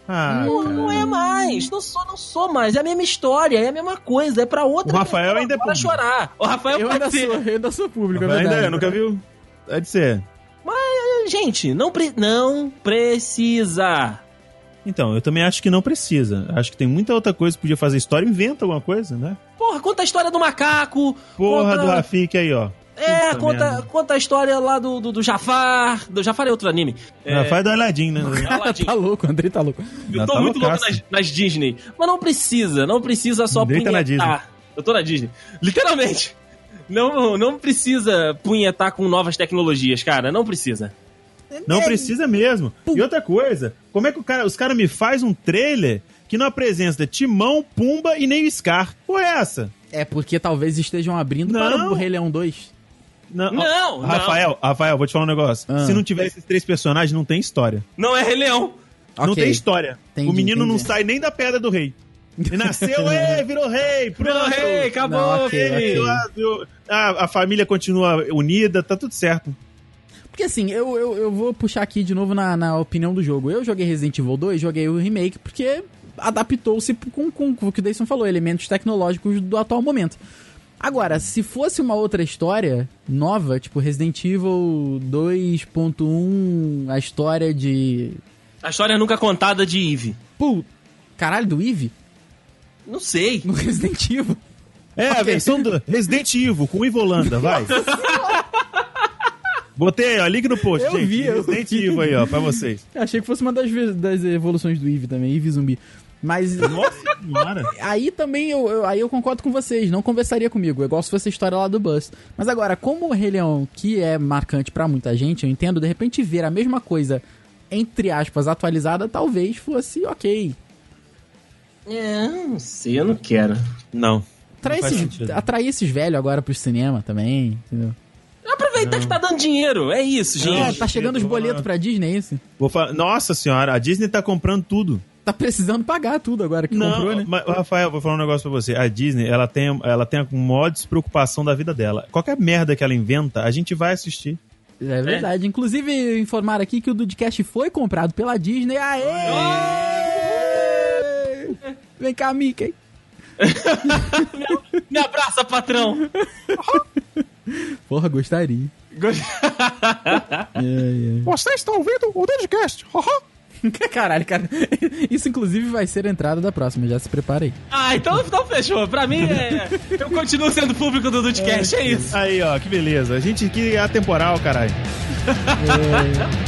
Ah, Não, não é mais, não sou, não sou mais. É a mesma história, é a mesma coisa, é pra outra O Rafael pessoa ainda é agora público. chorar. O Rafael Eu pode ainda, ser. sou, eu ainda sou público, é ainda, verdade. nunca viu? É de ser. Gente, não, pre... não precisa. Então, eu também acho que não precisa. Acho que tem muita outra coisa que podia fazer história. Inventa alguma coisa, né? Porra, conta a história do macaco. Porra conta... do Rafik aí, ó. É, Puta conta, merda. conta a história lá do, do, do Jafar. Do Jafar é outro anime. É, Rafael do Aladdin, né? Aladdin. Tá louco, o Andrei tá louco. Eu Ah, tô tá muito louco loucaço. nas, nas Disney. Mas não precisa, não precisa só Andrei tá na punhetar. Eu tô na Disney. Literalmente. Não, não precisa punhetar com novas tecnologias, cara. Não precisa. Não precisa mesmo. E outra coisa, como é que o cara, os caras me fazem um trailer que não apresenta Timão, Pumba e nem o Scar? Pô, é essa? É porque talvez estejam abrindo Não. para o Rei Leão dois. Não, Não, não. Rafael, Rafael, vou te falar um negócio. Ah. Se não tiver esses três personagens, não tem história. Não é Rei Leão. Não Ok. tem história. Entendi, o menino não entendi. sai nem da pedra do rei. Ele nasceu, é, virou rei, pronto. Virou rei, acabou. Não, ok, filho. ok. Ah, viu? A, a família continua unida, tá tudo certo. Porque assim, eu, eu, eu vou puxar aqui de novo na, na opinião do jogo. Eu joguei Resident Evil dois, joguei o remake, porque adaptou-se com, com, com o que o Deison falou, elementos tecnológicos do atual momento. Agora, se fosse uma outra história nova, tipo Resident Evil dois ponto um, a história de... A história nunca contada de Eve. Pô, caralho, do Eve? Não sei. No Resident Evil? É, a versão do Resident Evil com Ivolanda, vai. Botei, ó, link no post, Eu gente. vi, eu Resident vi. Evil aí, ó, pra vocês. Eu achei que fosse uma das, ve- das evoluções do Eve também, Eve zumbi. Mas Nossa senhora. aí também eu, eu- aí eu concordo com vocês, não conversaria comigo, é igual se fosse a história lá do Buzz. Mas agora, como o Rei Leão, que é marcante pra muita gente, eu entendo, de repente ver a mesma coisa, entre aspas, atualizada, talvez fosse ok. É, não sei, eu não quero. Não. Atrair Não faz esses, sentido. atrair esses velhos agora pro cinema também, entendeu? Aproveitar que tá dando dinheiro, é isso, É, gente. tá chegando os boletos pra Disney, é isso? Vou falar, nossa senhora, a Disney tá comprando tudo. Tá precisando pagar tudo agora que comprou, né? mas, Rafael, vou falar um negócio pra você. A Disney, ela tem, ela tem a maior despreocupação da vida dela. Qualquer merda que ela inventa, a gente vai assistir. É verdade. Inclusive, informar aqui que o Dudcast foi comprado pela Disney. Aê! Vem cá, Mickey. Me abraça, patrão. Porra, gostaria. É, é. Você está ouvindo o Dudcast? Caralho, cara. Isso, inclusive, vai ser a entrada da próxima. Já se prepara aí. Ah, então, então fechou. Pra mim, é... eu continuo sendo público do Dudcast, é isso. Aí, ó, que beleza. A gente aqui é atemporal, caralho. É.